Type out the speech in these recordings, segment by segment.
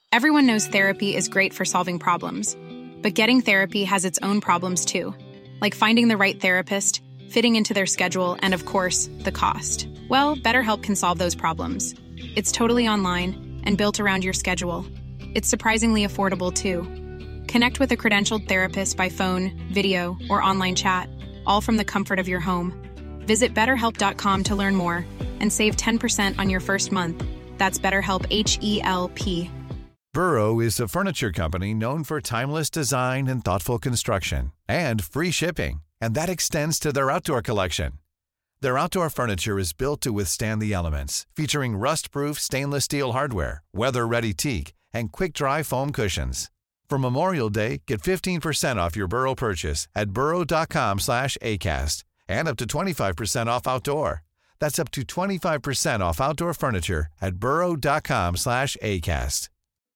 Everyone knows therapy is great for solving problems, but getting therapy has its own problems too, like finding the right therapist, fitting into their schedule, and of course, the cost. Well, BetterHelp can solve those problems. It's totally online and built around your schedule. It's surprisingly affordable too. Connect with a credentialed therapist by phone, video, or online chat, all from the comfort of your home. Visit BetterHelp.com to learn more and save 10% on your first month. That's BetterHelp, H-E-L-P. Burrow is a furniture company known for timeless design and thoughtful construction, and free shipping, and that extends to their outdoor collection. Their outdoor furniture is built to withstand the elements, featuring rust-proof stainless steel hardware, weather-ready teak, and quick-dry foam cushions. For Memorial Day, get 15% off your Burrow purchase at burrow.com/ACAST and up to 25% off outdoor. That's up to 25% off outdoor furniture at burrow.com/ACAST.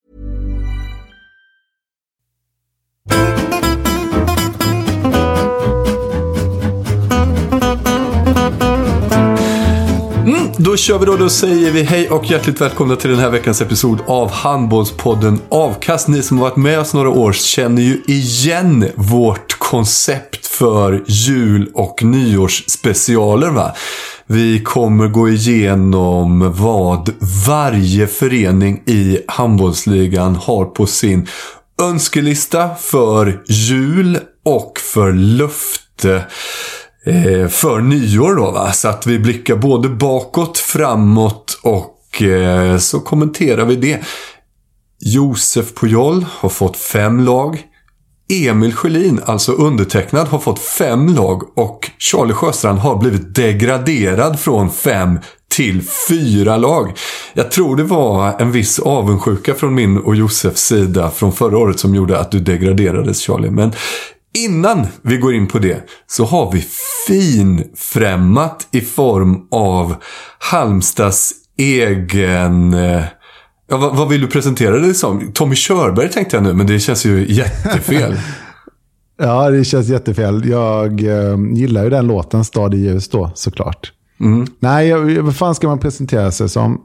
Då kör vi då säger vi hej och hjärtligt välkomna till den här veckans episod av Handbollspodden Avkast. Ni som har varit med oss några år känner ju igen vårt koncept för jul- och nyårsspecialer, va? Vi kommer gå igenom vad varje förening i handbollsligan har på sin önskelista för jul och för löfte för nyår då, va? Så att vi blickar både bakåt, framåt och så kommenterar vi det. Josef Pujol har fått 5 lag. Emil Sjölin, alltså undertecknad, har fått 5 lag. Och Charlie Sjöstrand har blivit degraderad från 5 till 4 lag. Jag tror det var en viss avundsjuka från min och Josefs sida från förra året som gjorde att du degraderades, Charlie. Men innan vi går in på det så har vi finfrämmat i form av Halmstads egen... vad vill du presentera det som? Tommy Körberg tänkte jag nu, men det känns ju jättefel. Ja, det känns jättefel. Jag gillar ju den låten Stad i ljus då, såklart. Nej, vad fan ska man presentera sig som?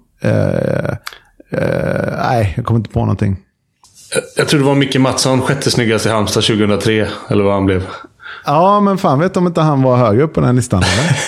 Nej, jag kommer inte på någonting. Jag tror det var Micke Mattsson, sjätte snyggast i Halmstad 2003, eller vad han blev. Ja, men fan, vet om inte han var högre upp på den listan, eller?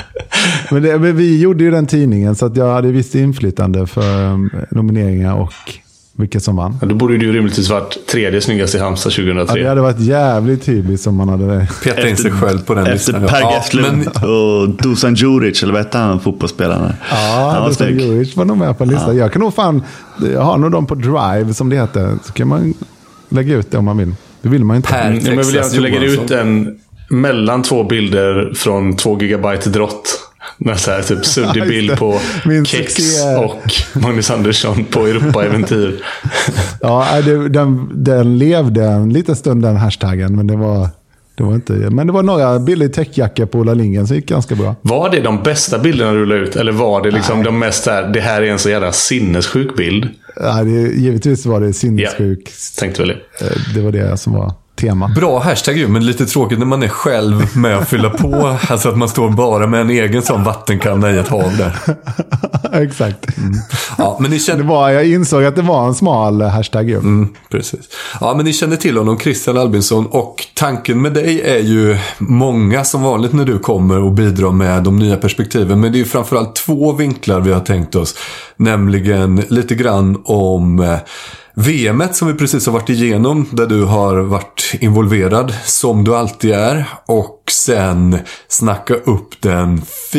men vi gjorde ju den tidningen, så att jag hade visst inflytande för nomineringar och vilka som vann. Ja, då borde du ju rimligtvis varit tredje snyggast i Halmstad 2003. Ja, det hade varit jävligt typiskt om man hade det. Peta in sig själv på den listan. Efter Per Gesstlund och Dusan Djuric, eller vad hette han, fotbollsspelarna? Ja, Dusan Djuric var nog med på listan. Ja. Jag kan nog jag har nog dem på Drive, som det heter. Så kan man lägga ut det om man vill. Det vill man inte. Jag vill gärna lägga ut en mellan 2 bilder från 2 gigabyte drott. Med så här typ suddig bild på Kex och Magnus Andersson på Europa-äventyr. Ja, den levde en liten stund, den hashtaggen, men det var inte... Men det var några bilder i täckjacka på Ola Lindgren, så det gick ganska bra. Var det de bästa bilderna du la ut? Eller var det liksom de mest här, det här är en så jävla sinnessjuk bild? Ja, givetvis var det sinnessjuk. Ja, tänkte väl det. Det var det som var tema. Bra hashtag ju, men lite tråkigt när man är själv med att fylla på. Alltså att man står bara med en egen sån vattenkanna i ett hav där. Exakt. Ja, men ni känner... jag insåg att det var en smal hashtag ju. Precis. Ja, men ni känner till honom, Christian Albinsson. Och tanken med dig är ju många som vanligt när du kommer och bidrar med de nya perspektiven. Men det är ju framförallt 2 vinklar vi har tänkt oss. Nämligen lite grann om... VMet som vi precis har varit igenom, där du har varit involverad som du alltid är, och sen snacka upp den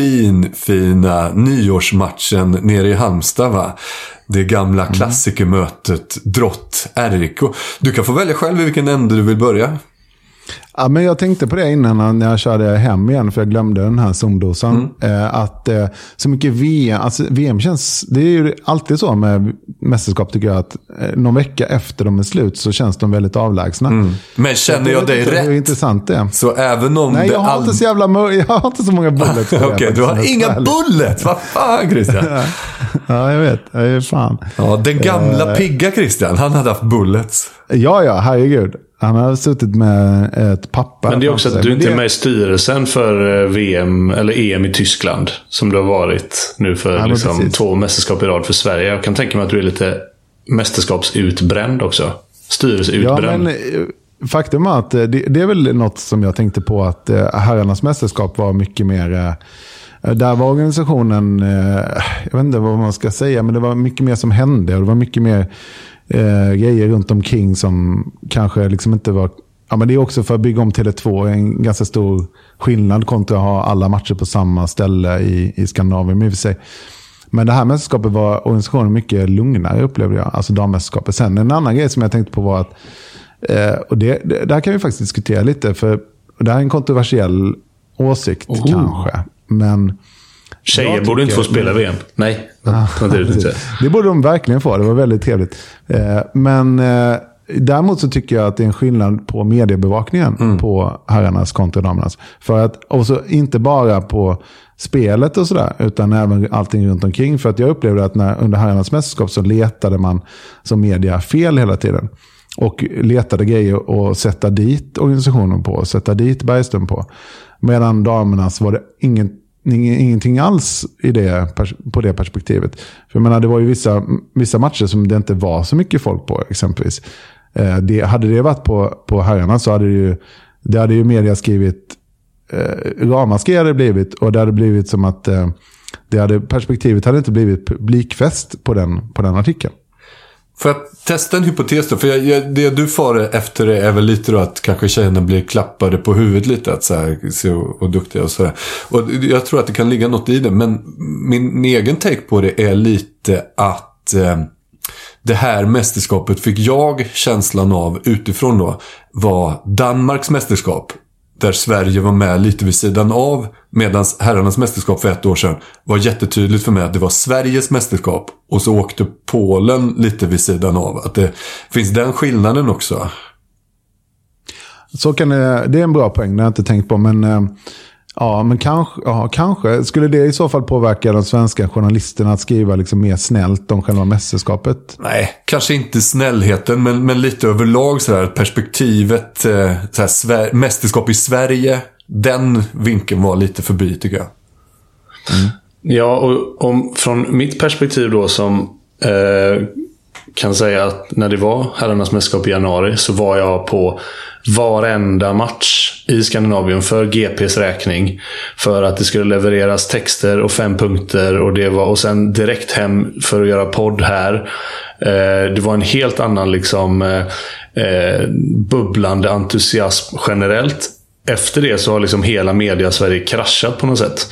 fina nyårsmatchen nere i Halmstad, va? Det gamla klassikermötet Drott RIK. Du kan få välja själv i vilken ände du vill börja. Ja, men jag tänkte på det innan när jag körde hem igen, för jag glömde den här zoomdosan. Att så mycket VM, alltså VM känns, det är ju alltid så med mästerskap tycker jag, att någon vecka efter de är slut så känns de väldigt avlägsna. Men känner jag dig rätt? Det är intressant det. Så även om nej, jag har inte så många bullets. Okej, du har inga bullets. Vad fan, Christian? Ja, jag vet. Jag är fan. Ja, den gamla pigga Christian, han hade haft bullets. Ja, herregud. Han har suttit med ett papper. Men det är också att du inte är med i styrelsen för VM eller EM i Tyskland, som du har varit nu för 2 mästerskap i rad för Sverige. Jag kan tänka mig att du är lite mästerskapsutbränd också. Styrelseutbränd. Ja, men faktum är att det är väl något som jag tänkte på, att herrarnas mästerskap var mycket mer... Där var organisationen, jag vet inte vad man ska säga, men det var mycket mer som hände, och det var mycket mer grejer runt omkring som kanske liksom inte var... Ja, men det är också för att bygga om Tele2 en ganska stor skillnad kontra att ha alla matcher på samma ställe i Skandinavien i och för sig. Men det här mästerskapet var organisationen mycket lugnare, upplevde jag. Alltså dammästerskapet. Sen en annan grej som jag tänkte på var att, och det här kan vi faktiskt diskutera lite, för det här är en kontroversiell åsikt kanske. Men tjejer borde inte få spela VM. Nej, det borde de verkligen få. Det var väldigt trevligt. Men däremot så tycker jag att det är en skillnad på mediebevakningen på herrarnas kontra damernas. För att, och så inte bara på spelet och sådär, utan även allting runt omkring. För att jag upplevde att under herrarnas mästerskap så letade man som media fel hela tiden. Och letade grejer att sätta dit organisationen på, sätta dit Bergström på. Medan damernas var det ingenting alls på det perspektivet. För jag menar, det var ju vissa matcher som det inte var så mycket folk på, exempelvis. Hade det varit på herrarna så hade ju media skrivit ramaskri hade det blivit, och det hade blivit som att perspektivet hade inte blivit publikfest på den artikeln. Får jag testa en hypotes då? För det du far efter är väl lite då att kanske tjejerna blir klappade på huvudet lite, att så här, se och duktiga och sådär. Och jag tror att det kan ligga något i det, men min egen take på det är lite att det här mästerskapet fick jag känslan av utifrån då var Danmarks mästerskap, där Sverige var med lite vid sidan av, medan herrarnas mästerskap för 1 år sedan var jättetydligt för mig att det var Sveriges mästerskap, och så åkte Polen lite vid sidan av. Att det finns den skillnaden också. Så kan det är en bra poäng, det har jag inte tänkt på, men men kanske skulle det i så fall påverka de svenska journalisterna att skriva liksom mer snällt om själva mästerskapet? Nej, kanske inte snällheten, men lite överlag sådär, perspektivet, sådär, mästerskap i Sverige, den vinkeln var lite förbi, tycker jag. Ja, och från mitt perspektiv då, som kan säga att när det var herrarnas mästerskap i januari, så var jag på varenda match i Skandinavien för GPs räkning, för att det skulle levereras texter och 5 punkter, och sen direkt hem för att göra podd här. Det var en helt annan liksom bubblande entusiasm generellt. Efter det så har liksom hela media Sverige kraschat på något sätt.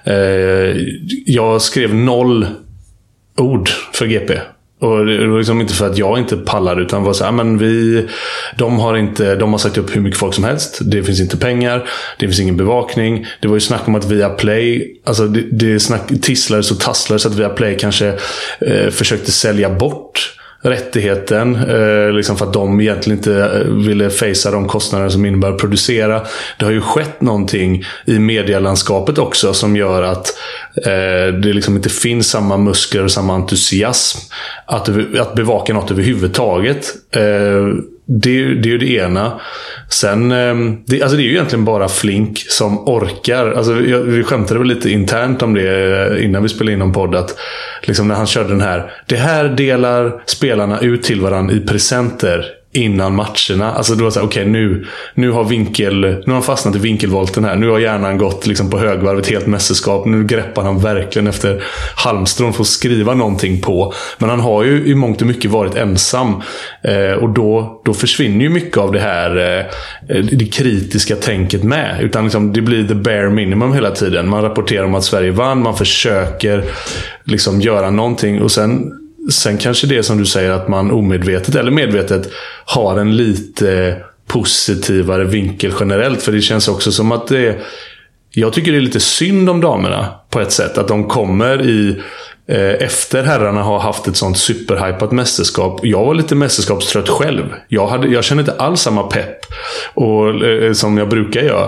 Jag skrev 0 ord för GP. Och det var liksom inte för att jag inte pallar, utan var så här, men de har sagt upp hur mycket folk som helst. Det finns inte pengar, det finns ingen bevakning. Det var ju snack om att Viaplay, alltså det tisslades och tasslades så att Viaplay kanske försökte sälja bort rättigheten, liksom för att de egentligen inte ville facea de kostnader som innebär att producera. Det har ju skett någonting i medielandskapet också som gör att det liksom inte finns samma muskler och samma entusiasm att bevaka något överhuvudtaget. Det är ju det ena. Sen det är ju egentligen bara Flink som orkar. Alltså, vi skämtade väl lite internt om det innan vi spelade in en podd, att liksom när han körde den här, det här delar spelarna ut till varandra i presenter innan matcherna. Alltså det var så här, okej, nu har han fastnat i vinkelvolten här. Nu har hjärnan gått liksom på högvarv ett helt mästerskap. Nu greppar han verkligen efter halmstrån för att skriva någonting på. Men han har ju i mångt och mycket varit ensam. Och då försvinner ju mycket av det här det kritiska tänket med. Utan liksom, det blir the bare minimum hela tiden. Man rapporterar om att Sverige vann. Man försöker liksom göra någonting. Och sen kanske det är som du säger, att man omedvetet eller medvetet har en lite positivare vinkel generellt. För det känns också som att jag tycker det är lite synd om damerna på ett sätt. Att de kommer efter herrarna har haft ett sånt superhypat mästerskap. Jag var lite mästerskapstrött själv. Jag kände inte alls samma pepp som jag brukar göra.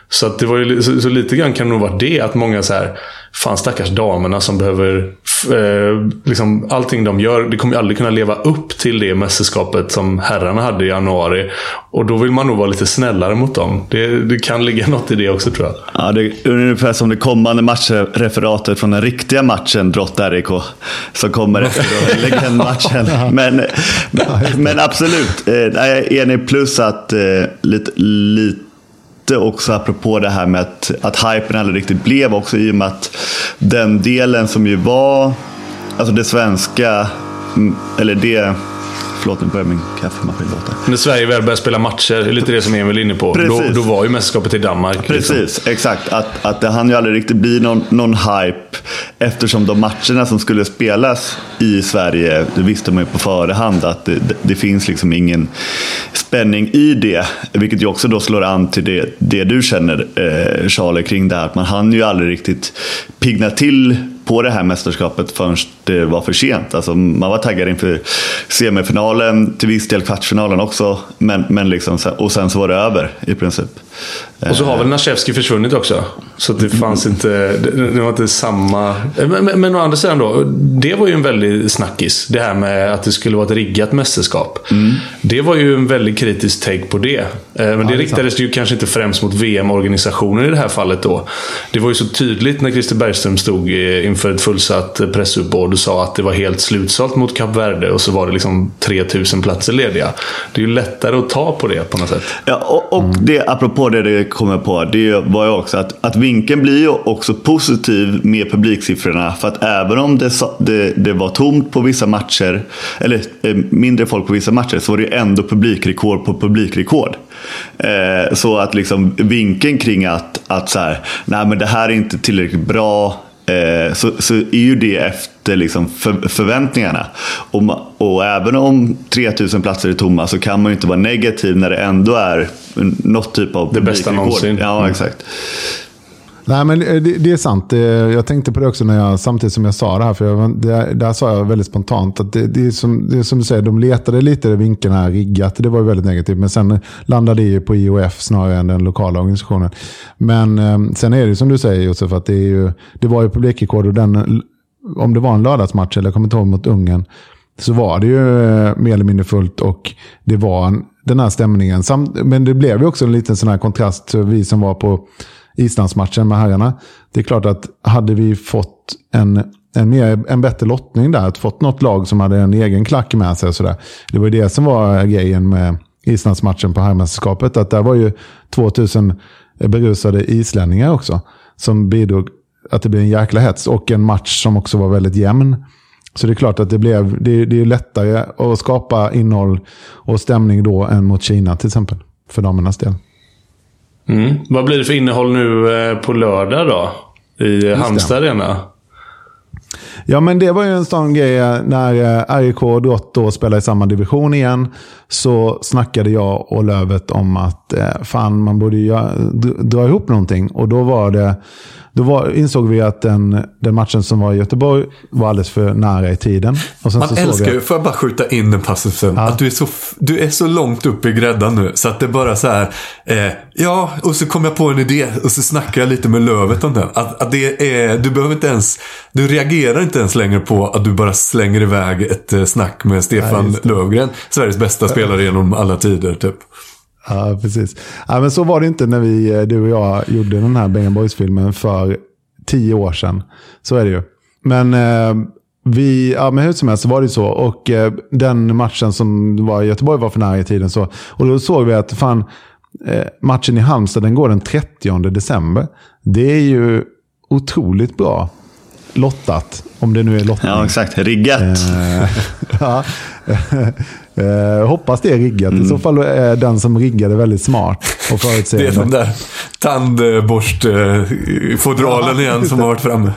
Så att det var ju så lite grann kan det nog vara det att många så här, fan stackars damerna som behöver liksom allting de gör, det kommer ju aldrig kunna leva upp till det mästerskapet som herrarna hade i januari, och då vill man nog vara lite snällare mot dem. Det kan ligga något i det också, tror jag. Ja, det är ungefär som det kommande matchreferatet från den riktiga matchen Drott RIK som kommer efter legendmatchen. Men absolut, jag är enig, plus att lite också apropå det här med att hypen aldrig riktigt blev, också i och med att den delen som ju var, alltså det svenska, eller det, förlåt, nu börjar min kaffemaskin låta. När Sverige väl började spela matcher, är lite det som Emil är inne på. Då var ju mästerskapet i Danmark. Precis, liksom. Exakt. Att det hann ju aldrig riktigt bli någon hype, eftersom de matcherna som skulle spelas i Sverige, det visste man ju på förhand att det finns liksom ingen spänning i det. Vilket ju också då slår an till det du känner, Charlie, kring det här. Att man hann ju aldrig riktigt pigna till på det här mästerskapet förrän det var för sent. Alltså, man var taggad inför semifinalen, till viss del kvartsfinalen också, men liksom, och sen så var det över i princip. Och så har väl Nashevski försvunnit också, så det fanns inte, det var inte samma. Men å andra sidan då, det var ju en väldigt snackis, det här med att det skulle vara ett riggat mästerskap. Det var ju en väldigt kritisk take på det. Men det riktades ju kanske inte främst mot VM-organisationen i det här fallet då. Det var ju så tydligt när Christer Bergström stod inför ett fullsatt pressuppbåd och sa att det var helt slutsålt mot Kap Verde, och så var det liksom 3000 platser lediga. Det är ju lättare att ta på det på något sätt. Ja, och det, apropå det kommer på, det var ju också att vinkeln blir ju också positiv med publiksiffrorna, för att även om det var tomt på vissa matcher, eller mindre folk på vissa matcher, så var det ju ändå publikrekord på publikrekord. Så att liksom vinkeln kring att så här, nej men det här är inte tillräckligt bra, så är ju det efter liksom förväntningarna. Och även om 3000 platser är tomma, så kan man ju inte vara negativ när det ändå är något typ av det bästa någonsin. Ja, exakt. Nej, men det är sant. Jag tänkte på det också samtidigt som jag sa det här. För där sa jag väldigt spontant att det är som du säger, de letade lite vinkeln här riggat. Det var ju väldigt negativt. Men sen landade det ju på IOF snarare än den lokala organisationen. Men sen är det som du säger, Josef, att det var ju publikrekord, och om det var en lördagsmatch eller kommer inte ihåg mot Ungern, så var det ju mer eller mindre fullt, och det var den här stämningen. Men det blev ju också en liten sån här kontrast, vi som var på Islandsmatchen med herrarna. Det är klart att hade vi fått en bättre lottning där, att fått något lag som hade en egen klack med sig och sådär. Det var ju det som var grejen med Islandsmatchen på herrmästerskapet, att där var ju 2000 berusade islänningar också som bidrog att det blev en jäkla hets, och en match som också var väldigt jämn. Så det är klart att det är lättare att skapa innehåll och stämning då än mot Kina till exempel, för damernas del. Vad blir det för innehåll nu på lördag då i Halmstad Arena? Ja, men det var ju en sån grej när RIK och Drott då spelade i samma division igen, så snackade jag och Lövet om att fan, man borde dra ihop någonting, och insåg vi att den matchen som var i Göteborg var alldeles för nära i tiden. Och sen man älskar ju, får jag bara skjuta in en passusen, att du är så långt upp i gräddan nu, så att det bara så här, och så kom jag på en idé, och så snackar jag lite med Lövet om den. Att det är, du reagerar inte ens längre på att du bara slänger iväg ett snack med Stefan Löfgren, Sveriges bästa spelare genom alla tider typ. Ja, precis. Ja, men så var det inte när du och jag gjorde den här Bang & Boys-filmen för 10 år sedan. Så är det ju. Men men hur som helst så var det så. Och den matchen som var i Göteborg var för nära i tiden. Så, och då såg vi att matchen i Halmstad, den går den 30 december. Det är ju otroligt bra lottat, om det nu är lottning. Ja, exakt. Riggat. Hoppas det är riggat. I så fall är den som riggade väldigt smart och förutseende. Det är den där tandborstfodralen igen som har varit framme.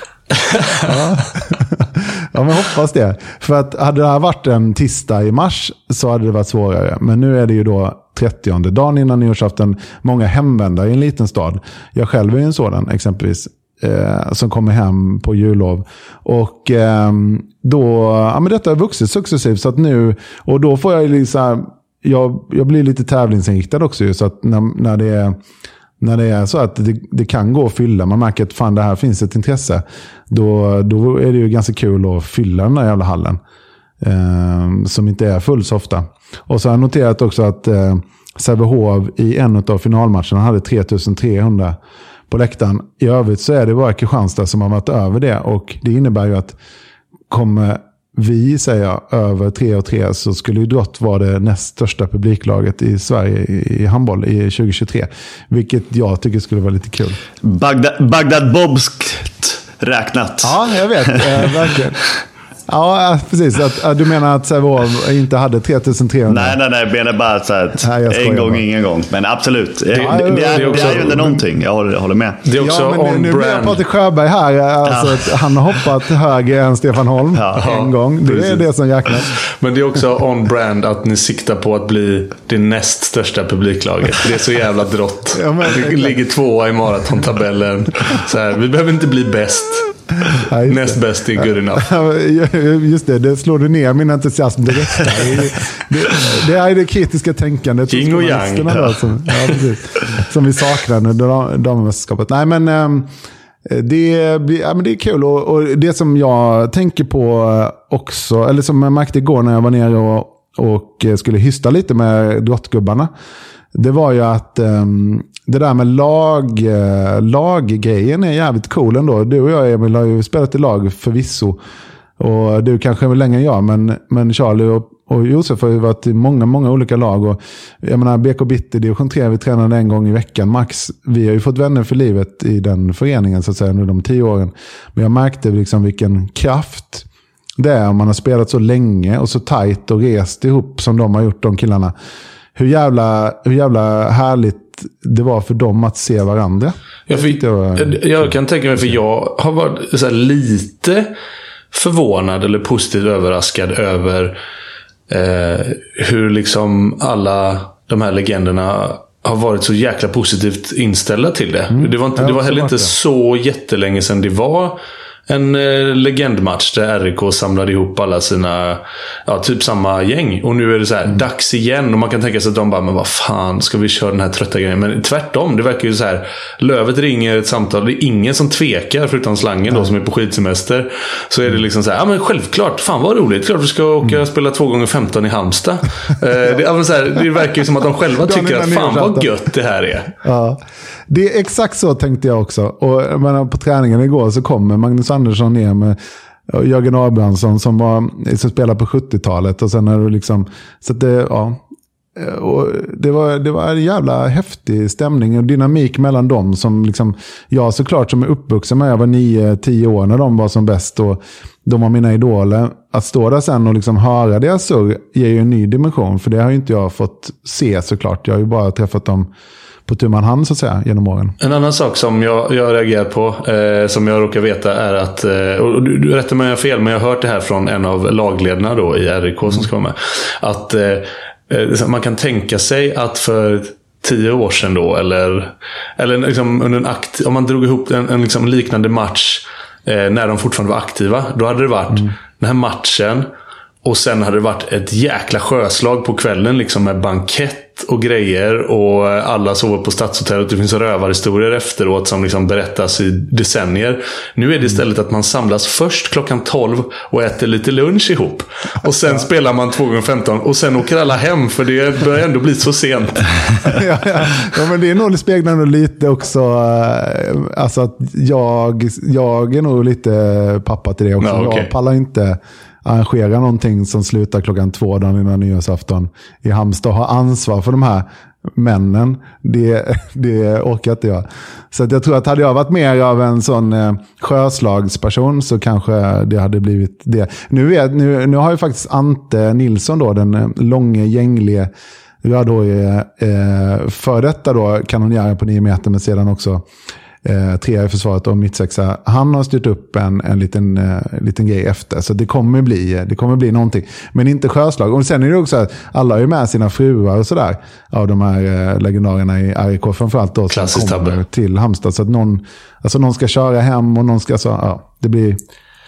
Ja, men hoppas det. För att hade det här varit en tisdag i mars så hade det varit svårare. Men nu är det ju då 30, dagen innan nyårsafton. Många hemvändare i en liten stad. Jag själv är en sådan exempelvis, som kommer hem på jullov. Och men detta har vuxit successivt, så att nu, och då får jag liksom, jag blir lite tävlingsinriktad också, så att när när det är så att det kan gå att fylla, man märker att fan, det här finns ett intresse, då är det ju ganska kul att fylla den där jävla hallen. Som inte är full så ofta. Och så har jag noterat också att Sävehof i en av finalmatcherna hade 3300 på läktaren. I övrigt så är det bara Kristianstad som har varit över det, och det innebär ju att kommer vi säga över 3-3 så skulle ju Drott vara det näst största publiklaget i Sverige i handboll i 2023. Vilket jag tycker skulle vara lite kul. Bagdad Bobskt räknat. Ja, jag vet. Verkligen. Ja, precis. Du menar att Sävehof inte hade 3300? Nej. Jag menar bara så här, en gång, ingen gång. Men absolut. Det är ju inte någonting. Jag håller med. Det är också nu blir jag Patrik Sjöberg här. Alltså, han har hoppat högre än Stefan Holm en gång. Det är det som räknas. Men det är också on-brand att ni siktar på att bli det näst största publiklaget. Det är så jävla Drott. Det ligger 2 i maratontabellen. Så här, vi behöver inte bli bäst. Näst bäst är good enough. Just det slår du ner min entusiasm direkt. Det är det kritiska tänkandet. Yin och yang. Som vi saknar under dammästerskapet. Nej, men det är kul. Och det som jag tänker på också, eller som jag märkte igår när jag var nere och skulle hysta lite med drottgubbarna, det var ju att det där med laggrejen är jävligt cool ändå. Du och jag, Emil, har ju spelat i lag förvisso. Och du kanske är längre än jag, men Charlie och Josef har ju varit i många olika lag. Och jag menar, BK Bitti, division 3, vi tränade en gång i veckan max. Vi har ju fått vänner för livet i den föreningen så att säga under de 10 åren. Men jag märkte liksom vilken kraft det är om man har spelat så länge och så tajt och rest ihop som de har gjort, de killarna. Hur jävla härligt det var för dem att se varandra. Jag kan tänka mig, för jag har varit så här lite förvånad eller positivt överraskad över hur liksom alla de här legenderna har varit så jäkla positivt inställda till det. Det var heller inte så jättelänge sedan det var en legendmatch där RIK samlade ihop alla sina, typ samma gäng. Och nu är det så här, dags igen. Och man kan tänka sig att de bara, men vad fan, ska vi köra den här trötta grejen? Men tvärtom, det verkar ju så här, Lövet ringer ett samtal. Det är ingen som tvekar förutom Slangen då, som är på skidsemester. Så är det liksom så här, men självklart, fan vad roligt. Klart vi ska åka och spela 2x15 i Halmstad. Det verkar ju som att de själva tycker att fan vad gött det här är. Ja. Det är exakt så tänkte jag också. Och men på träningen igår så kommer Magnus Andersson ner med Jörgen Abrahamsson som spelade på 70-talet. Och sen är det liksom, så att det var en jävla häftig stämning och dynamik mellan dem som liksom, jag såklart som är uppvuxen med, jag var 9-10 år när de var som bäst och de var mina idoler. Att stå där sen och liksom höra deras surr ger ju en ny dimension, för det har ju inte jag fått se såklart. Jag har ju bara träffat dem på tu man hand så att säga genom åren. En annan sak som jag reagerar på, som jag råkar veta, är att, och du rättar mig om jag har fel, men jag har hört det här från en av lagledarna då i RIK som ska vara med, att man kan tänka sig att för 10 år sedan då, eller liksom under om man drog ihop en liksom liknande match när de fortfarande var aktiva, då hade det varit den här matchen. Och sen hade det varit ett jäkla sjöslag på kvällen liksom, med bankett och grejer. Och alla sover på Stadshotellet. Det finns rövarhistorier efteråt som liksom berättas i decennier. Nu är det istället att man samlas först klockan 12 och äter lite lunch ihop. Och sen spelar man 2x15 och sen åker alla hem, för det börjar ändå bli så sent. Ja, men det är nog, det speglar nog lite också. Alltså att jag är nog lite pappa till det också. Ja, okay. Jag pallar inte arrangera någonting som slutar klockan 2 dagen innan nyårsafton i Halmstad och ha ansvar för de här männen. Det orkar inte jag. Så att jag tror att hade jag varit mer av en sån sjöslagsperson så kanske det hade blivit det. Nu har ju faktiskt Ante Nilsson då, den långe gänglige, jag då är för detta då kanonjären på 9 meter, men sedan också 3 i försvaret och mittsexa. Han har styrt upp en liten grej efter. Så det kommer bli någonting. Men inte sjöslag. Och sen är det också att alla är med sina fruar och sådär. Av de här legendarerna i RIK framförallt då, som kommer till Halmstad. Så att någon ska köra hem och någon ska det blir...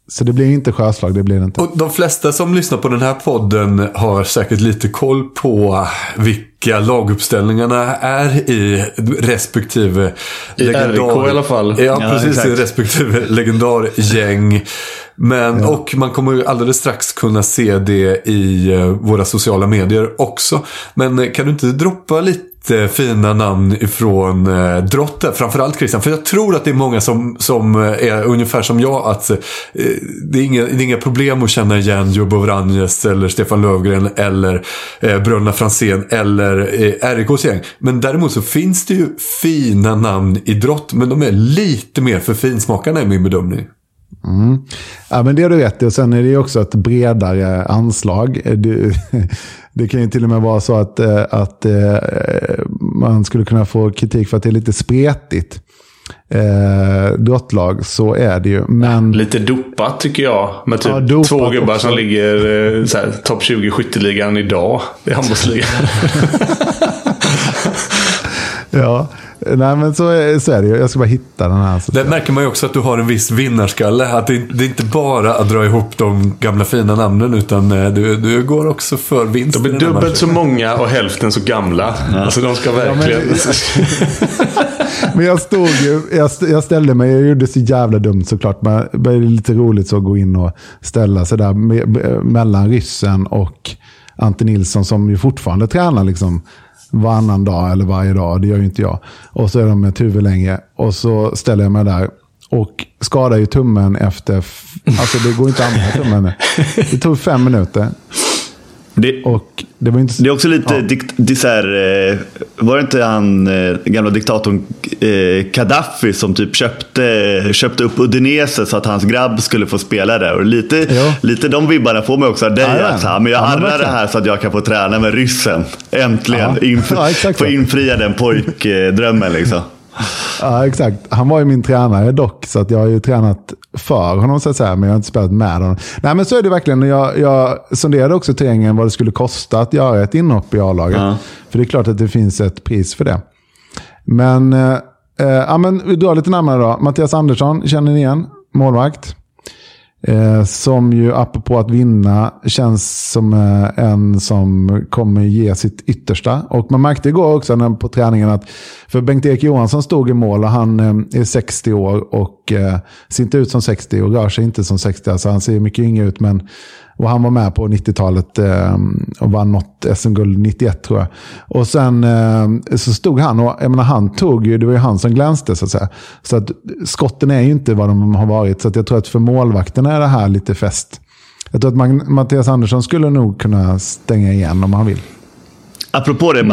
Så det blir inte sjöslag, det blir det inte. Och de flesta som lyssnar på den här podden har säkert lite koll på vilka laguppställningarna är i respektive RIK i alla fall. Ja, precis, i respektive legendargäng. Men, och man kommer ju alldeles strax kunna se det i våra sociala medier också. Men kan du inte droppa lite fina namn ifrån Drott där, framförallt Christian, för jag tror att det är många som är ungefär som jag, att det är inga problem att känna igen Jobo Vranjes eller Stefan Löfgren eller Bröderna Franzén eller RIKs gäng, men däremot så finns det ju fina namn i Drott, men de är lite mer för finsmakarna i min bedömning. Ja, men det har du rätt i. Och sen är det ju också ett bredare anslag. Det kan ju till och med vara så att man skulle kunna få kritik för att det är lite spretigt drottlag, så är det ju. Men lite dopat tycker jag, med typ två gubbar också som ligger topp 20 skytteligan idag i handbollsligan. Ja. Nej, men så är det ju. Jag ska bara hitta den här. Det märker man ju också att du har en viss vinnarskalle. Att det är inte bara att dra ihop de gamla fina namnen, utan du går också för vinst. De är dubbelt så många och hälften så gamla. Ja. Alltså de ska verkligen... Men jag ställde mig, jag gjorde så jävla dumt såklart. Men det är lite roligt så att gå in och ställa sig där mellan ryssen och Ante Nilsson, som ju fortfarande tränar liksom varannan dag eller varje dag, det gör ju inte jag. Och så är de med huvud länge. Och så ställer jag mig där och skadar ju tummen efter... Alltså det går inte att använda tummen. Det tog 5 minuter. Och det var inte... Det är också lite... Ja. Var det inte han gamla diktatorn Gaddafi som typ köpte upp Udinese så att hans grabb skulle få spela där? Och lite de vibbarna får mig också. Men jag arrar det här så att jag kan få träna med ryssen. Äntligen. Få infria den pojkdrömmen liksom. Ja, exakt. Han var ju min tränare dock, så att jag har ju tränat för honom så att säga, men jag har inte spelat med honom. Nej, men så är det verkligen. Jag sonderade också terrängen vad det skulle kosta att göra ett inhopp i A-laget. Ja. För det är klart att det finns ett pris för det. Men, men vi drar lite närmare då. Mattias Andersson, känner ni igen? Målvakt. Som ju apropå att vinna känns som en som kommer ge sitt yttersta. Och man märkte igår också på träningen att för Bengt-Erik Johansson stod i mål och han är 60 år och ser inte ut som 60 och rör sig inte som 60. Alltså han ser mycket yngre ut, och han var med på 90-talet och vann något SM-guld 91 tror jag. Och sen så stod han, och jag menar, han tog ju, det var ju han som glänste så att säga. Så att skotten är ju inte vad de har varit. Så att jag tror att för målvakterna är det här lite fest. Jag tror att Mattias Andersson skulle nog kunna stänga igen om han vill. Apropå det,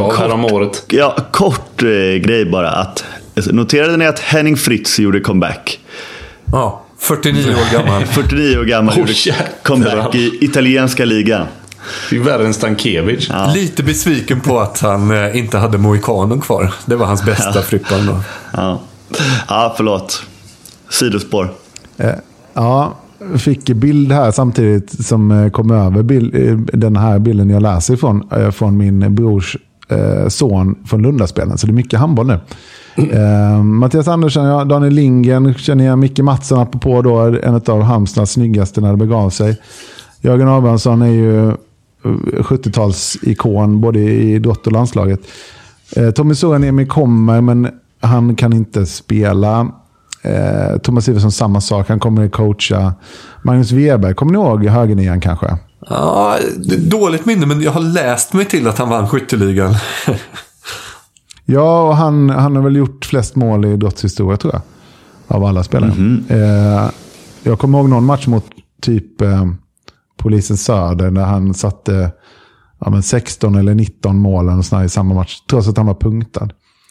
kort grej bara. Noterade ni att Henning Fritz gjorde comeback? Ja. 49 år gammal. 49 år gammal. Comeback i italienska ligan. Det är värre än Stankiewicz. Ja. Lite besviken på att han inte hade mohikanen kvar. Det var hans bästa frippan då. Ja, förlåt. Sidospår. Ja, fick bild här samtidigt som kom över den här bilden jag läser från min brors son från Lundaspelen. Så det är mycket handboll nu. Mattias Andersson, Daniel Lindgren känner jag, Micke Mattsson apropå då, en av Halmstads snyggaste när det begav sig. Jörgen Abrahamsson är ju 70-talsikon både i drott och landslaget. Tommy Soranemi kommer, men han kan inte spela. Thomas Iversson samma sak, han kommer att coacha. Magnus Weber, kommer ni ihåg högernian kanske? Ja, dåligt minne, men jag har läst mig till att han vann skytteligan. Ja, och han har väl gjort flest mål i drottshistoria tror jag. Av alla spelare. Jag kommer ihåg någon match mot typ Polisen Söder när han satte 16 eller 19 mål i samma match. Trots att han var punktad.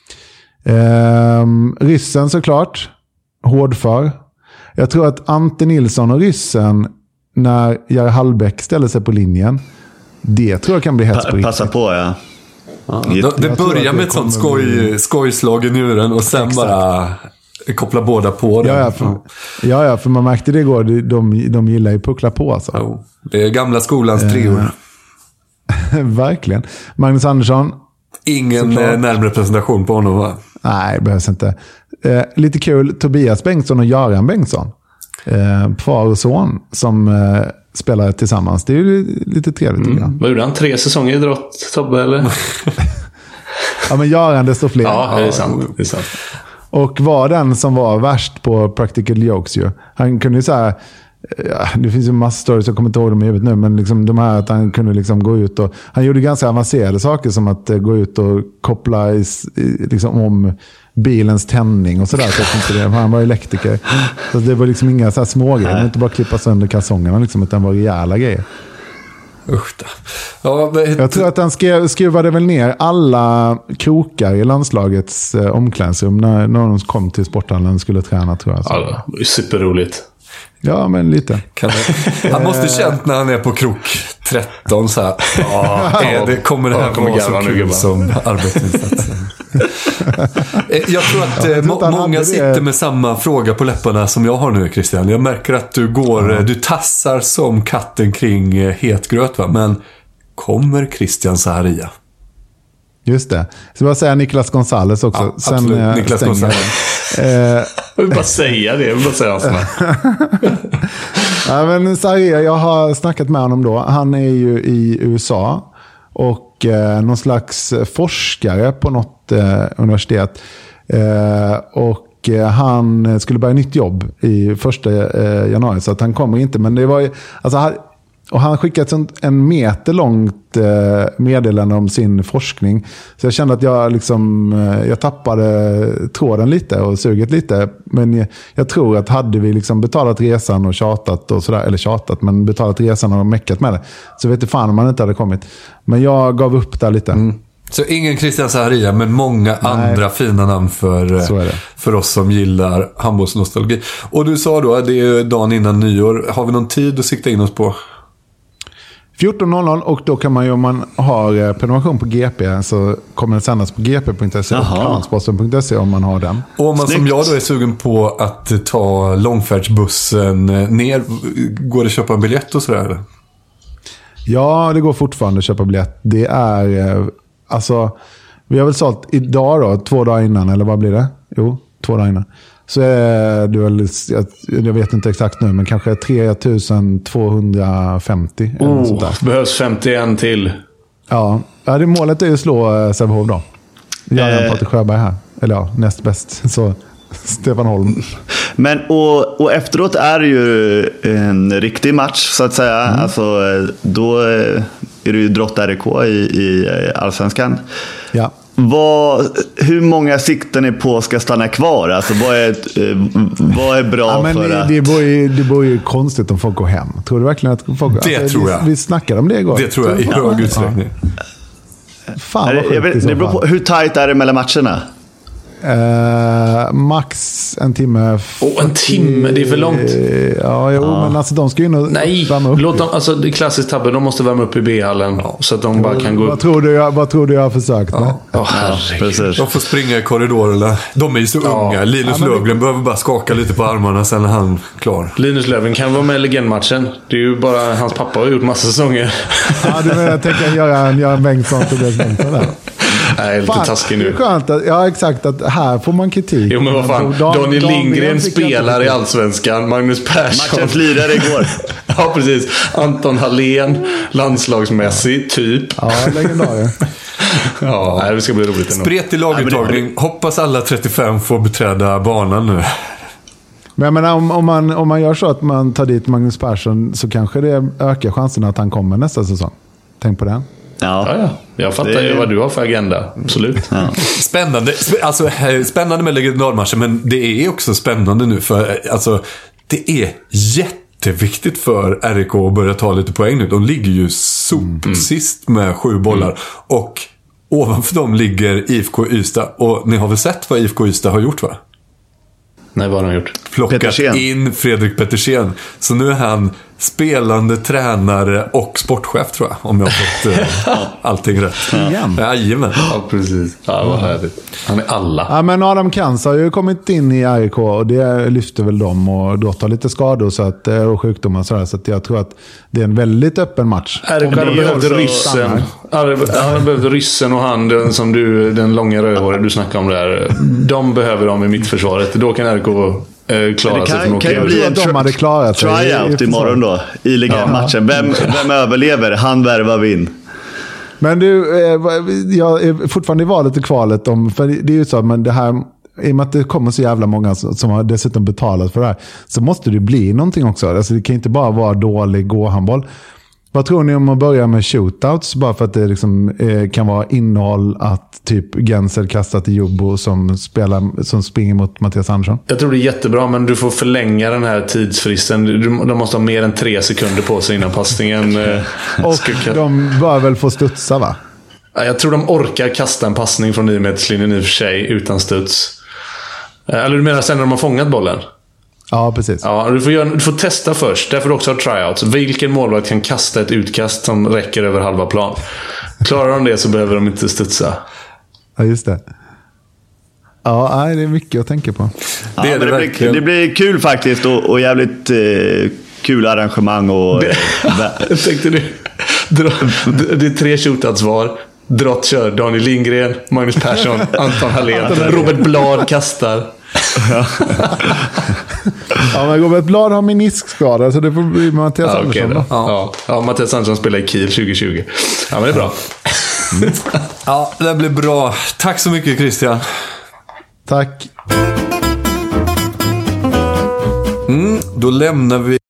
Ryssen såklart. Hårdför. Jag tror att Ante Nilsson och ryssen, när Jari Hallbäck ställer sig på linjen, det tror jag kan bli hets på riktigt. Passa på, ja. Det börjar med ett sånt skojslag i njuren och sen bara koppla båda på det. Ja, för man märkte det igår. De gillar ju puckla på. Alltså. Det är gamla skolans treor. Verkligen. Magnus Andersson. Ingen närmare presentation på honom, va? Nej, behövs inte. Lite kul. Tobias Bengtsson och Göran Bengtsson. far och son som spelar tillsammans. Det är ju lite trevligt tycker jag. Vad gjorde han? 3 säsonger i idrott, Tobbe, eller? Ja, men Göran desto fler. Ja, det är sant. Det är sant. Och var den som var värst på Practical Jokes ju. Han kunde ju säga, det finns ju massa stories, jag kommer inte ihåg dem i huvudet nu, men liksom de här att han kunde liksom gå ut och han gjorde ganska avancerade saker som att gå ut och koppla liksom om bilens tändning och sådär. Så det, han var elektriker. Så det var liksom inga så här smågrejer. Man inte bara klippa sönder kalsongerna liksom, utan var rejäla grejer. Usch då. Ja, jag tror att han skruvade väl ner alla krokar i landslagets omklädningsrum när de kom till sporthallen och skulle träna, tror jag. Ja, det är superroligt. Ja, men lite. Han måste känt när han är på krok 13 så här. Kommer det här vara så kul som arbetsinsats? Jag tror att många sitter med samma fråga på läpparna som jag har nu, Christian. Jag märker att du tassar som katten kring het gröt, va? Men kommer Christian Zaharia? Just det. Så jag säga Nicolas González också. Ja, absolut. Nicolas González. Jag vill bara säga det. Jag vill bara säga ja, men Zaharia, jag har snackat med honom då. Han är ju i USA och någon slags forskare på något universitet. Och han skulle börja nytt jobb i 1 januari, så att han kommer inte. Men det var ju, alltså, och han skickat en meter långt meddelande om sin forskning. Så jag kände att jag tappade tråden lite och suget lite. Men jag tror att hade vi liksom betalat resan och tjatat och sådär, eller tjatat, men betalat resan och meckat med det, så vet du fan om man inte hade kommit. Men jag gav upp där lite. Så ingen Christian Zaharia, men många andra fina namn för oss som gillar handbollsnostalgi. Och du sa då att det är dagen innan nyår. Har vi någon tid att sikta in oss på? 14.00, och då kan man ju, om man har prenumeration på GP, så kommer det sändas på gp.se och kanalsporten.se om man har den. Och om man som jag då är sugen på att ta långfärdsbussen ner, går det att köpa en biljett och sådär? Ja, det går fortfarande att köpa biljett. Det är, alltså, vi har väl sålt idag då, 2 dagar innan, eller vad blir det? Jo, 2 dagar innan. Så är det väl, jag vet inte exakt nu, men kanske 3250. Behövs 51 till. Ja, det målet är ju att slå Sävehof då. Jag är Patrik Sjöberg här. Eller ja, näst bäst. Så Stefan Holm. Men och efteråt är det ju en riktig match så att säga. Alltså, då är det ju Drott RIK i Allsvenskan. Ja. Hur många sikten är på ska stanna kvar? Alltså, vad är bra för att... Det vore ju konstigt om folk går hem. Tror du verkligen att folk... Det tror jag. Vi snackade om det igår. Det tror jag i hög utsträckning. Fan vad sjukt. Det beror på hur tajt är det mellan matcherna? Max en timme. En timme, det är för långt. Men alltså de ska ju nog värma upp. Låt dem, alltså det är klassiskt tabbe, de måste värma upp i B-hallen så att de bara kan gå upp. Vad tror du jag har försökt med? Precis. De får springa i korridorerna. De är ju så unga. Linus Löfgren behöver bara skaka lite på armarna, sen är han klar. Linus Löfgren kan vara med i legendmatchen. Det är ju bara hans pappa har gjort massa säsonger. Jag tänker göra en Bengtsson och Tobias Bengtsson där. Nej, lite taskig nu. Det är skönt att, exakt, att här får man kritik. Jo, men vad fan. Daniel Lindgren spelar i Allsvenskan. Magnus Persson. Matchens lirare igår. Ja, precis. Anton Hallén, landslagsmässig, typ. Ja, legendarier. Det ska bli roligt ändå. Spretig laguttagning. Hoppas alla 35 får beträda banan nu. Men jag menar, om man gör så att man tar dit Magnus Persson, så kanske det ökar chansen att han kommer nästa säsong. Tänk på det. Ja. Jag fattar ju vad du har för agenda. Absolut. Ja. Spännande med legendarmatchen, men det är också spännande nu för alltså, det är jätteviktigt för RIK att börja ta lite poäng nu. De ligger ju sist med 7 bollar och ovanför dem ligger IFK Ystad, och ni har väl sett vad IFK Ystad har gjort, va? Nej, vad har han gjort? Plockat in Fredrik Petersen. Så nu är han spelande tränare och sportchef, tror jag, om jag har fått allting rätt. Jajamän. Ja, precis. Ja, vad härligt. Han är alla. Ja, men Adam Kans har ju kommit in i RIK, och det lyfter väl dem, och då tar lite skador och sjukdomar och sådär, så att jag tror att det är en väldigt öppen match. RIK hade behövt ryssen. Han behövde ryssen och han som den långa rödhåret du snackade om där. De behöver dem i mittförsvaret. Då kan RIK klara sig från att kan ju bli en de hade klarat sig tryout imorgon då i ligamatchen. Vem överlever? Han värvar in. Men du, jag är fortfarande i valet och kvalet för det är ju så att det här, i och med att det kommer så jävla många som har dessutom betalat för det här, så måste det bli någonting också. Alltså det kan inte bara vara dålig gåhandboll. Vad tror ni om att börja med shootouts? Bara för att det liksom, kan vara innehåll att typ Gensel kastar till Jobbo som springer mot Mattias Andersson. Jag tror det är jättebra, men du får förlänga den här tidsfristen. De måste ha mer än 3 sekunder på sig innan passningen. Och de bör väl få studsa, va? Jag tror de orkar kasta en passning från 9-meterslinjen i och för sig utan studs. Eller du menar sen när de har fångat bollen? Ja, precis. Ja, du får testa först. Därför också ha tryouts. Vilken målvakt kan kasta ett utkast som räcker över halva plan? Klarar de det så behöver de inte studsa. Ja, just det. Ja, det är mycket att tänka på. Ja, det blir kul faktiskt och jävligt kul arrangemang. Och, jag tänkte det är 3 shootouts var. Drott kör Daniel Lindgren, Magnus Persson, Anton Hallén, Robert Blad kastar. Ja, men Robert Blad har meniskskada, så det får bli Mattias Andersson. Okay, ja, Mattias Andersson spelar i Kiel 2020. Ja, men det är bra. Ja, det blir bra. Tack så mycket, Christian. Tack. Då lämnar vi